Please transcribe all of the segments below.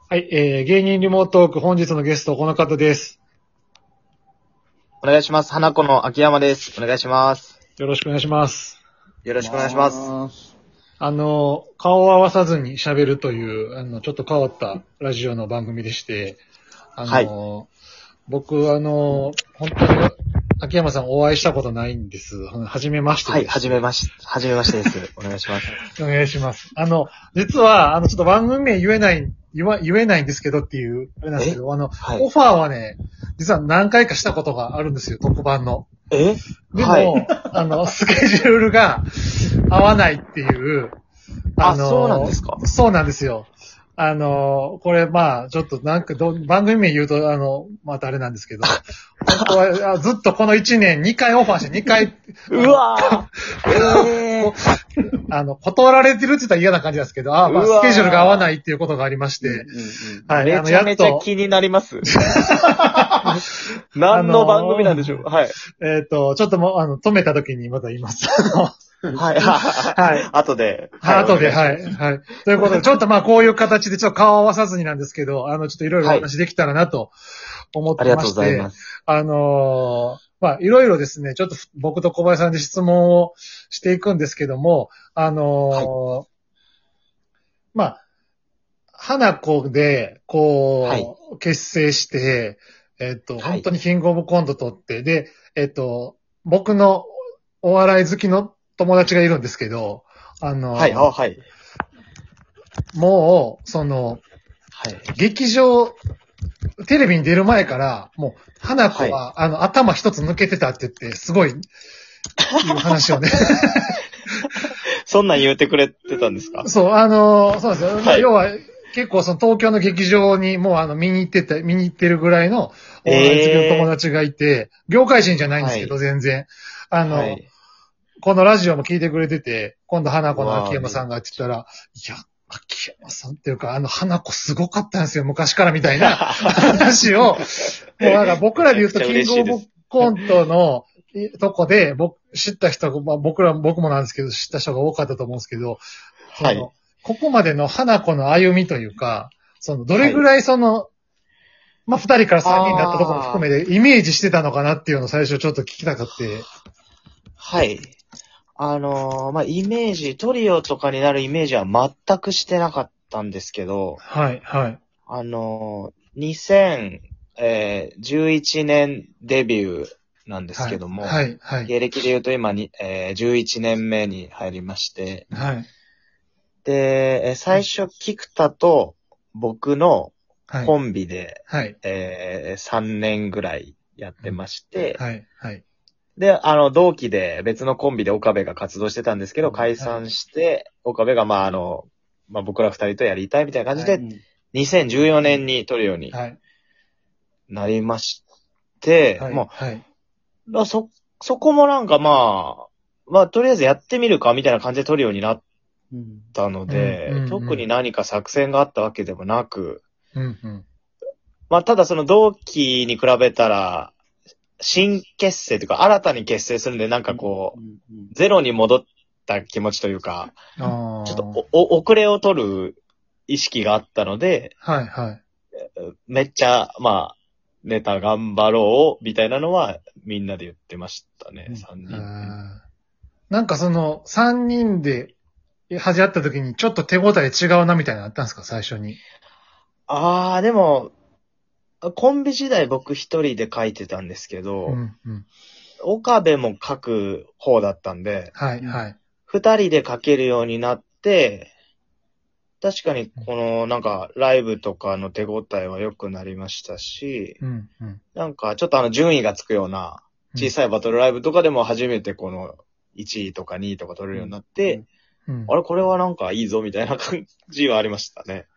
はい、芸人リモートーク本日のゲストこの方です。 お願いします。花子の秋山です。お願いします。 よろしくお願いします。 よろしくお願いします。 顔を合わさずに喋るという、ちょっと変わったラジオの番組でして、 はい。 僕、本当に秋山さんお会いしたことないんです。はじめましてはい、 です。 はじめましてです。お願いします。 お願いします。実は、ちょっと番組名言えないんですけどっていう、あれなんですけど、 はい。 オファーはね、実は何回かしたことがあるんですよ、特番の。ではい。 も、スケジュールが合わないっていう、 そうなんですか。 そうなんですよ。これ、まあ、ちょっと番組名言うと、またあれなんですけど、本当は、ずっとこの1年2回オファーして2回、 うわー。 断られてるって言ったら嫌な感じなんですけど、まあ、スケジュールが合わないっていうことがありまして、 はい。めちゃめちゃ気になります。何の番組なんでしょう。はい。 ちょっともう、止めた時にまた言います。 はい。 はい。 後で。 後で、はい。はい。ということで、ちょっとまあこういう形でちょっと顔を合わさずになんですけど、ちょっといろいろお話できたらなと思ってまして、 ありがとうございます。 まあいろいろですね、ちょっと僕と小林さんで質問をしていくんですけども、 はい。 まあ、花子で、 はい。 結成して、 はい。 本当にキングオブコント取って、で、僕のお笑い好きの友達がいるんですけど、 はい。はい。 もう、 はい。 劇場、テレビに出る前から、もう、花子はい。 は、頭一つ抜けてたって言って、すごい、いう話をね。 そんなん言うてくれてたんですか？ そう、そうですよ。まあ、 はい。 要は、結構その東京の劇場にもう見に行ってるぐらいのお笑い好きの友ええ達がいて、業界人じゃないんですけど、 はい。 全然。あの、 はい。 このラジオも聞いてくれてて、今度花子の秋うわぁ、 山さんがって言ったら、いや、秋山さんっていうか、花子すごかったんですよ、昔からみたいな話を、もうなんか僕らで言うと、 めちゃくちゃキングオブ嬉しいです。 コントのとこで、知った人が、まあ僕もなんですけど、知った人が多かったと思うんですけど、 はい。 ここまでの花子の歩みというか、どれはい。 ぐらいまあ、二人から三人になったところも含ああ、 めて、イメージしてたのかなっていうのを最初ちょっと聞きたかって。 はい。イメージ、トリオとかになるイメージは全くしてなかったんですけど、 はい、はい。 2011年デビューなんですはい、 けども、 はい、はい。 芸歴で言うと今に、11年目に入りまして、 はい、 で、最初、菊田と僕のはい、 コンビで、 はい。 3年ぐらいやってまして、 はい、はい。 で、同期で別のコンビで岡部が活動してたんですけど、解はい、 散して、岡部が、僕ら二人とやりたいみたいな感じはい、 で、2014年にトリオにはい、 なりまして、 はい、はい。 そこもなんかとりあえずやってみるかみたいな感じでトリオになったのうん、うで、 ん、うん、 特に何か作戦があったわけでもなく、 うん、うん。 ただその同期に比べたら、新結成というか、新たに結成するんで、なんかこう、ゼロに戻った気持ちというか、 あちょっとあ、 遅れを取る意識があったので、 はい、はい。 めっちゃ、ネタ頑張ろう、みたいなのは、みんなで言ってましたね、3人で。 なんか三人で始まった時にちょっと手応え違うなみたいなのあったんですか、最初に。 でも、コンビ時代僕一人で書いてたんですけど、 うん、うん。 岡部も書く方だったんで、 はい、はい。 二人で書けるようになって、確かにこのなんかライブとかの手応えは良くなりましたし、 うん、うん。 なんかちょっと順位がつくような小さいバトルライブとかでも初めてこの1位とか2位とか取れるようになって、 うん。 あれこれはなんかいいぞみたいな感じはありましたね。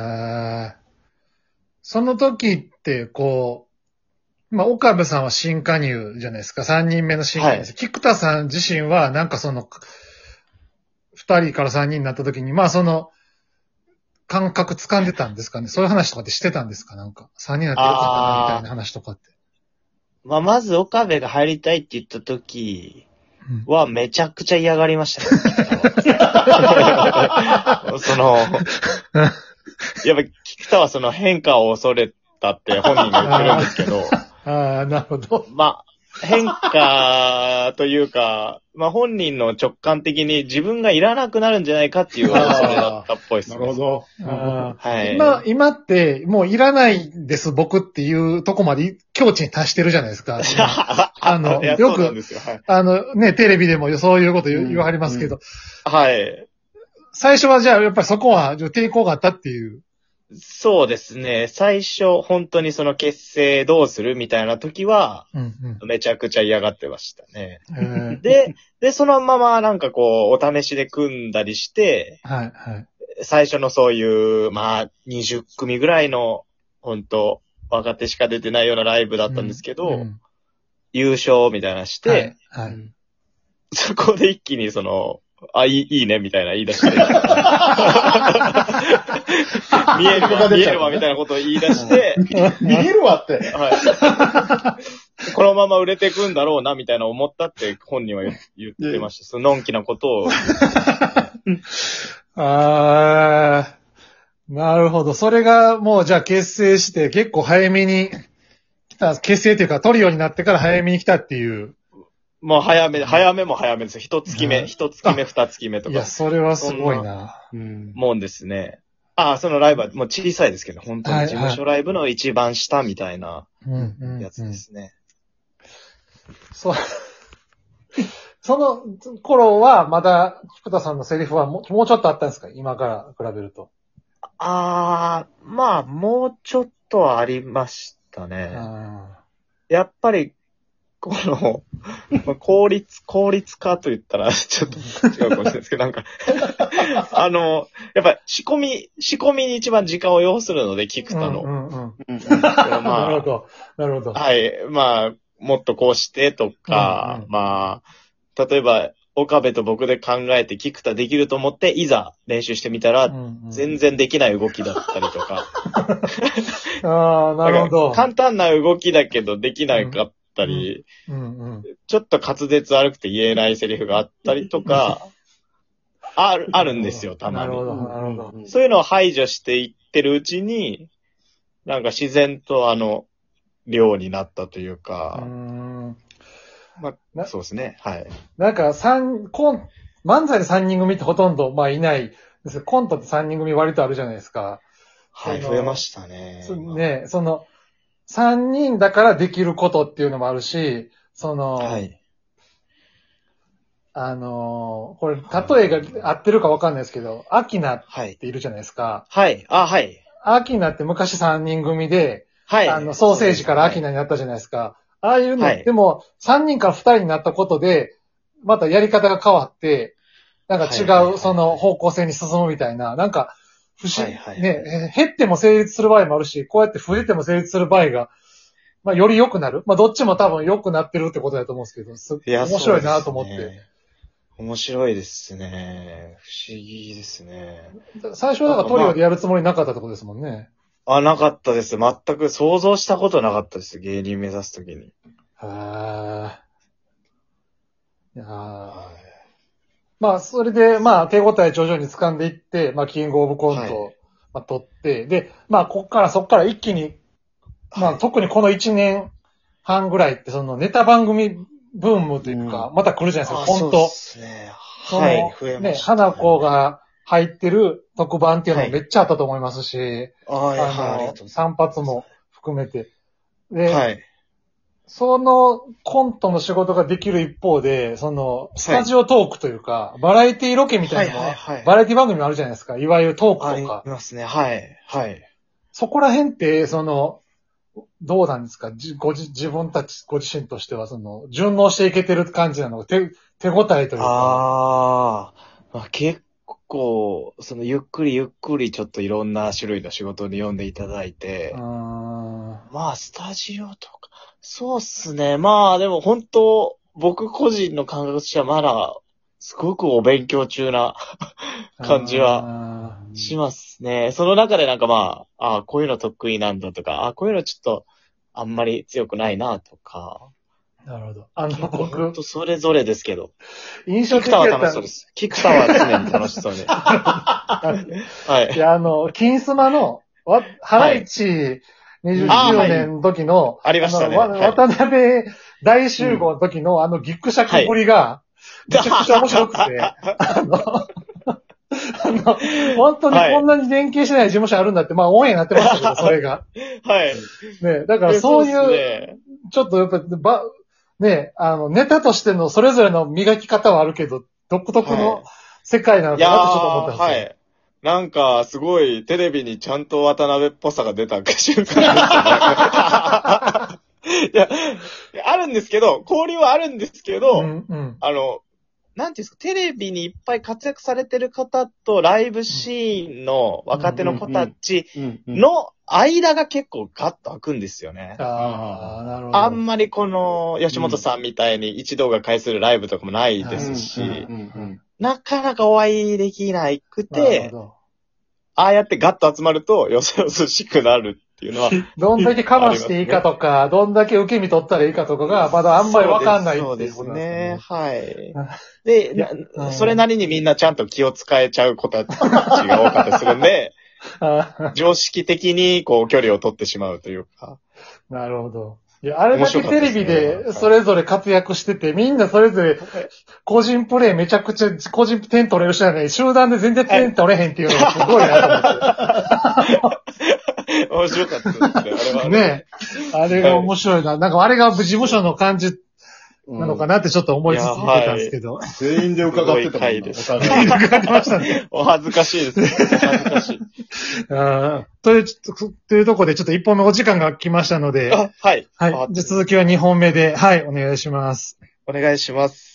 その時って、まあ、岡部さんは新加入じゃないですか。三人目の新加入です。 はい。 菊田さん自身は、なんか二人から三人になった時に、まあ感覚掴んでたんですかね。そういう話とかってしてたんですか、なんか。三人になってよかったな、みたいな話とかって。 まず岡部が入りたいって言った時うん。 はめちゃくちゃ嫌がりましたね、菊田は。その、 やっぱ、菊田はその変化を恐れたって本人が言ってるんですけど、 ああ、なるほど。 まあ、変化というか、まあ本人の直感的に自分がいらなくなるんじゃないかっていう恐れだったっぽいですね。 なるほど。 あーはい。 今ってもういらないです僕っていうとこまで境地に達してるじゃないですか。 いやよくそうなんですよ。はい。 ね、テレビでもそういうことうん言わはりますけど、 はい。 最初はじゃあやっぱりそこは抵抗があったっていう。 そうですね。最初、本当にその結成どうするみたいな時は、 うんめちゃくちゃ嫌がってましたね。 うん。 で、そのままなんかこう、お試しで組んだりして、 はい、はい。 最初のそういう、まあ、20組ぐらいの、本当若手しか出てないようなライブだったんですけど、 うん優勝みたいなして、 はい、はい。 そこで一気にその、いいね、みたいな言い出して。見えるわ、みたいなことを言い出して、 見えるわって。 はい。このまま売れていくんだろうな、みたいな思ったって本人は言ってました。そののんきなことを。 あー、なるほど。それがもうじゃあ結成して結構早めに来た、結成というかトリオになってから早めに来たっていう。 もう早めも早めです。一月目、二月目とかいや、。それはすごいな。 うん。 もんですね。そのライブはもう小さいですけど、本当に事務所ライブの一番下みたいなうんうんやつですね。 そう。その頃はまだ菊田さんのセリフはもうちょっとあったんですか今から比べると。 まあ、もうちょっとはありましたね。 あやっぱり、この、まあ効率化と言ったら、ちょっと違うかもしれないですけど、なんか、やっぱ仕込みに一番時間を要するので、菊ー田の。 うんうんうん。 まあ、 なるほど。なるほど。 はい。まあ、もっとこうしてとか、 うんうんまあ、例えば、岡部と僕で考えて菊田できると思って、いざ練習してみたら、全然できない動きだったりとか。 ああ、なるほど。 簡単な動きだけどできなかったり、 うんうん。 ちょっと滑舌悪くて言えないセリフがあったりとか、あるんですよ、たまに。 なるほど、なるほど。 そういうのを排除していってるうちに、なんか自然と量になったというか、まあ、そうですね。はい。 なんか漫才で3人組ってほとんど、まあいないですけど。コントって3人組割とあるじゃないですか。 はい、増えましたね。 ね、3人だからできることっていうのもあるし、 はい。 これ、例えが合ってるかわかんないですけど、アキナっているじゃないですか。 はい。はい。 アキナって昔3人組で、 はい。 ソーセージからアキナになったじゃないですか。ああいうの、 はいでも、3人から2人になったことで、またやり方が変わって、なんか違う、方向性に進むみたいな、なんか、不思議、ね、減っても成立する場合もあるし、こうやって増えても成立する場合が、まあ、より良くなる。まあ、どっちも多分良くなってるってことだと思うんですけど、面白いなと思って。 面白いですね。不思議ですね。 最初はだからトリオでやるつもりなかったってことですもんね。 なかったです。全く想像したことなかったです。芸人目指すときに。 いやまあ、それで、まあ、手応え徐々に掴んでいって、まあ、キングオブコント、まあ、取って、で、まあ、そっから一気に、まあ、特にこの1年半ぐらいって、ネタ番組ブームというか、また来るじゃないですか、本当。 そうですね。はい、増えました。 花子が入ってる特番っていうのもめっちゃあったと思いますし、散髪も含めて。で、そのコントの仕事ができる一方で、スタジオトークというか、バラエティロケみたいなのも、バラエティ番組もあるじゃないですか。いわゆるトークとか。 ありますね。はい。はい。 そこら辺って、どうなんですか自分たち、ご自身としては、順応していけてる感じなの手応えというか。 結構、ゆっくりちょっといろんな種類の仕事に読んでいただいて、まあ、スタジオとか、そうっすね。まあ、でも本当、僕個人の感覚としてはまだ、すごくお勉強中な感じはしますね。その中でなんかまあ、こういうの得意なんだとか、こういうのちょっとあんまり強くないなとか、 なるほど。 ほん僕、 とそれぞれですけど。 印象菊田は的やった楽しそうです。菊田は常に楽しそうで。はいい。 や、金スマの、ハライチ20周年の時の、 ありましたね。 渡辺大集合の時のギクシャクぶりが、めちゃくちゃ面白くて、本当にこんなに連携してない事務所あるんだって、まあ、オンエアになってましたけど、それが。 はい。 ね、だからそういう、 ね、 ちょっとやっぱ、ね、ネタとしてのそれぞれの磨き方はあるけど、独特の世界なのかなってちょっと思ったんですよ。 はい。なんか、すごい、テレビにちゃんと渡辺っぽさが出た瞬間ですよね。いや、あるんですけど、交流はあるんですけど、 うんうん、 なんていうんですか、テレビにいっぱい活躍されてる方とライブシーンの若手の子たちの間が結構ガッと開くんですよね。 ああ、なるほど。 あんまりこの、吉本さんみたいに一動画介するライブとかもないですし、なかなかお会いできなくて、ああやってガッと集まると、よそよそしくなるっていうのは。 どんだけかましていいかとか、どんだけ受け身取ったらいいかとかが、まだあんまりわかんないっていうことですね。 そうですね。はい。で、それなりにみんなちゃんと気を使えちゃう子たちが多かったりするんで、常識的にこう距離を取ってしまうというか。 なるほど。いや、あれだけテレビでそれぞれ活躍してて、みんなそれぞれ個人プレイめちゃくちゃ個人点取れる人はね、集団で全然点取れへんっていうのがすごいなと思って。 面白かったですね、あれは。 ねえ。あれが面白いな。なんかあれが事務所の感じなのかなってちょっと思いつつ見てたんですけど。 全員で伺ってたもんな。 伺ってましたね。 お恥ずかしいですね。お恥ずかしい。 というところでちょっと1本目お時間が来ましたので。 はい。 はい。じゃあ続きは2本目で、はい、お願いします。 お願いします。